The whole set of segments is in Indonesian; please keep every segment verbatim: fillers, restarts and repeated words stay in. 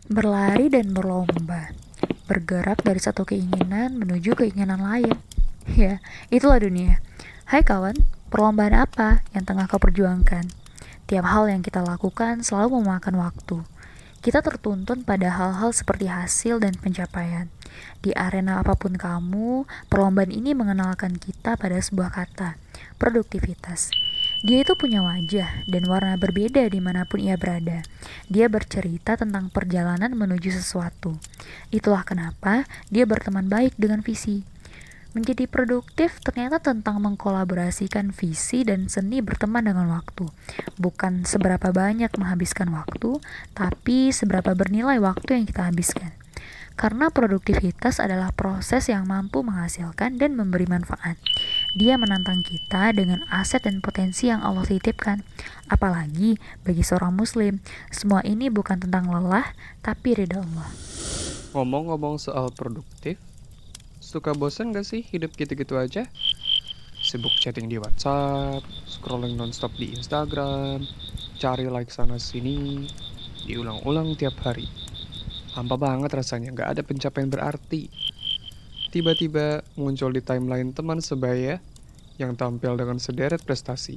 Berlari dan berlomba, bergerak dari satu keinginan menuju keinginan lain. Ya, itulah dunia. Hai kawan, perlombaan apa yang tengah kau perjuangkan? Tiap hal yang kita lakukan selalu memakan waktu. Kita tertuntun pada hal-hal seperti hasil dan pencapaian. Di arena apapun kamu, perlombaan ini mengenalkan kita pada sebuah kata, produktivitas. Dia itu punya wajah dan warna berbeda dimanapun ia berada. Dia bercerita tentang perjalanan menuju sesuatu. Itulah kenapa dia berteman baik dengan visi. Menjadi produktif ternyata tentang mengkolaborasikan visi dan seni berteman dengan waktu. Bukan seberapa banyak menghabiskan waktu, tapi seberapa bernilai waktu yang kita habiskan. Karena produktivitas adalah proses yang mampu menghasilkan dan memberi manfaat. Dia menantang kita dengan aset dan potensi yang Allah titipkan. Apalagi bagi seorang muslim, semua ini bukan tentang lelah, tapi ridha Allah. Ngomong-ngomong soal produktif, suka bosan gak sih hidup gitu-gitu aja? Sibuk chatting di WhatsApp, scrolling nonstop di Instagram, cari like sana-sini, diulang-ulang tiap hari. Hampa banget rasanya, gak ada pencapaian berarti. Tiba-tiba muncul di timeline teman sebaya yang tampil dengan sederet prestasi.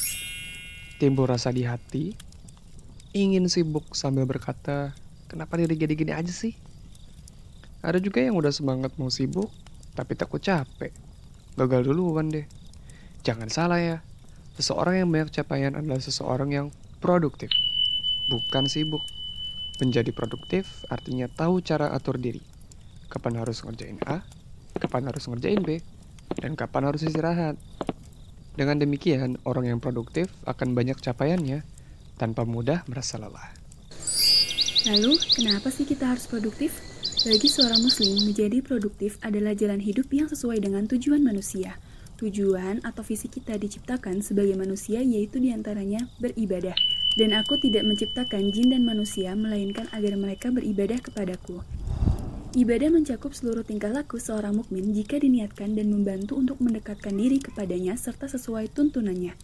Timbul rasa di hati, ingin sibuk sambil berkata, kenapa diri gini-gini aja sih? Ada juga yang udah semangat mau sibuk, tapi takut capek. Gagal duluan deh. Jangan salah ya, seseorang yang banyak capaian adalah seseorang yang produktif, bukan sibuk. Menjadi produktif artinya tahu cara atur diri. Kapan harus ngerjain A, kapan harus ngerjain B, dan kapan harus istirahat. Dengan demikian, orang yang produktif akan banyak capaiannya tanpa mudah merasa lelah. Lalu, kenapa sih kita harus produktif? Bagi seorang muslim, menjadi produktif adalah jalan hidup yang sesuai dengan tujuan manusia. Tujuan atau visi kita diciptakan sebagai manusia yaitu diantaranya beribadah. Dan aku tidak menciptakan jin dan manusia, melainkan agar mereka beribadah kepadaku. Ibadah mencakup seluruh tingkah laku seorang mukmin jika diniatkan dan membantu untuk mendekatkan diri kepadanya serta sesuai tuntunannya.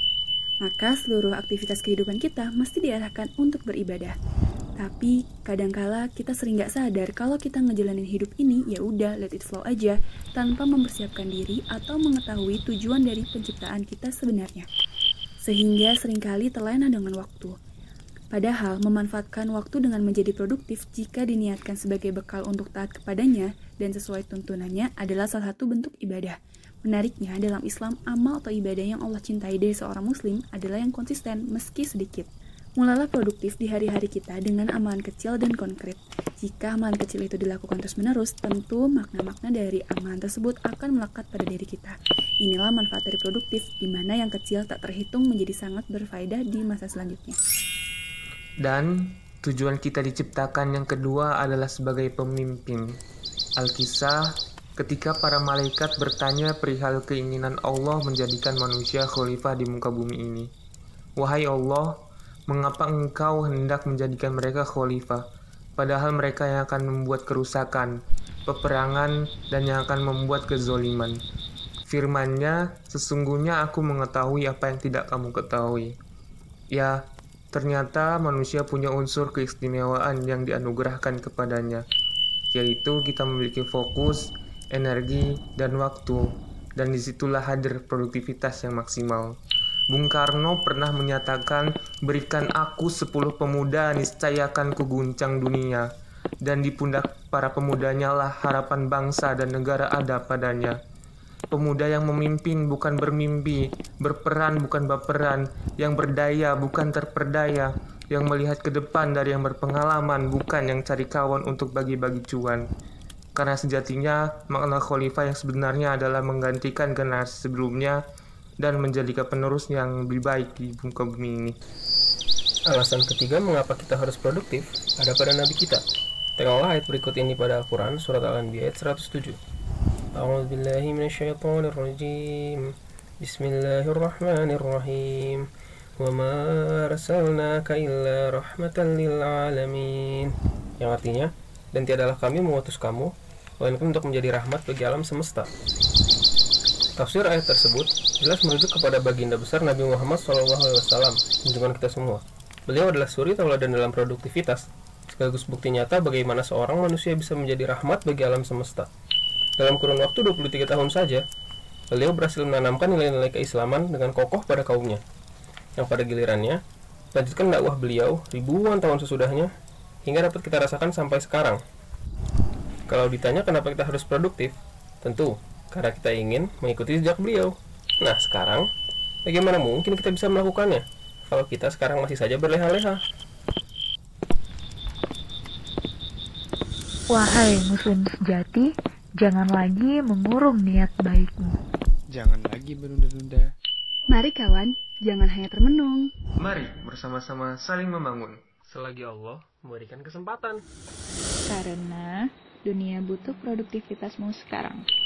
Maka seluruh aktivitas kehidupan kita mesti diarahkan untuk beribadah. Tapi kadangkala kita sering gak sadar kalau kita ngejalanin hidup ini ya udah let it flow aja tanpa mempersiapkan diri atau mengetahui tujuan dari penciptaan kita sebenarnya. Sehingga seringkali terlena dengan waktu. Padahal memanfaatkan waktu dengan menjadi produktif jika diniatkan sebagai bekal untuk taat kepadanya dan sesuai tuntunannya adalah salah satu bentuk ibadah. Menariknya, dalam Islam, amal atau ibadah yang Allah cintai dari seorang muslim adalah yang konsisten meski sedikit. Mulailah produktif di hari-hari kita dengan amalan kecil dan konkret. Jika amalan kecil itu dilakukan terus-menerus, tentu makna-makna dari amalan tersebut akan melekat pada diri kita. Inilah manfaat dari produktif, di mana yang kecil tak terhitung menjadi sangat berfaedah di masa selanjutnya. Dan tujuan kita diciptakan yang kedua adalah sebagai pemimpin. Al-Kisah, ketika para malaikat bertanya perihal keinginan Allah menjadikan manusia khalifah di muka bumi ini. Wahai Allah, mengapa engkau hendak menjadikan mereka khalifah, padahal mereka yang akan membuat kerusakan, peperangan, dan yang akan membuat kezoliman. Firman-Nya, sesungguhnya aku mengetahui apa yang tidak kamu ketahui. Ya, ternyata manusia punya unsur keistimewaan yang dianugerahkan kepadanya, yaitu kita memiliki fokus, energi, dan waktu, dan disitulah hadir produktivitas yang maksimal. Bung Karno pernah menyatakan, berikan aku sepuluh pemuda, niscaya akan kuguncang dunia, dan di pundak para pemudanya lah harapan bangsa dan negara ada padanya. Pemuda yang memimpin bukan bermimpi, berperan bukan baperan, yang berdaya bukan terperdaya, yang melihat ke depan dari yang berpengalaman bukan yang cari kawan untuk bagi-bagi cuan. Karena sejatinya makna khalifah yang sebenarnya adalah menggantikan generasi sebelumnya dan menjadikan penerus yang lebih baik di muka bumi ini. Alasan ketiga mengapa kita harus produktif ada pada Nabi kita. Tengoklah ayat berikut ini pada Al-Quran surat Al-Anbiya ayat seratus tujuh. A'udzu billahi minasyaitonir rajim. Bismillahirrahmanirrahim. Wa ma arsalnaka illa rahmatan lil alamin. Yang artinya, dan tiadalah kami mengutus kamu melainkan untuk menjadi rahmat bagi alam semesta. Tafsir ayat tersebut jelas merujuk kepada baginda besar Nabi Muhammad shallallahu alaihi wasallam, junjungan kita semua. Beliau adalah suri tauladan dalam produktivitas. sekaligus bukti nyata bagaimana seorang manusia bisa menjadi rahmat bagi alam semesta. Dalam kurun waktu dua puluh tiga tahun saja, beliau berhasil menanamkan nilai-nilai keislaman dengan kokoh pada kaumnya, yang pada gilirannya lanjutkan dakwah beliau ribuan tahun sesudahnya hingga dapat kita rasakan sampai sekarang. Kalau ditanya kenapa kita harus produktif, tentu karena kita ingin mengikuti jejak beliau. Nah sekarang, bagaimana mungkin kita bisa melakukannya kalau kita sekarang masih saja berleha-leha? Wahai muslim sejati, jangan lagi mengurung niat baikmu. Jangan lagi menunda-nunda. Mari kawan, jangan hanya termenung. Mari bersama-sama saling membangun. Selagi Allah memberikan kesempatan. Karena dunia butuh produktivitasmu sekarang.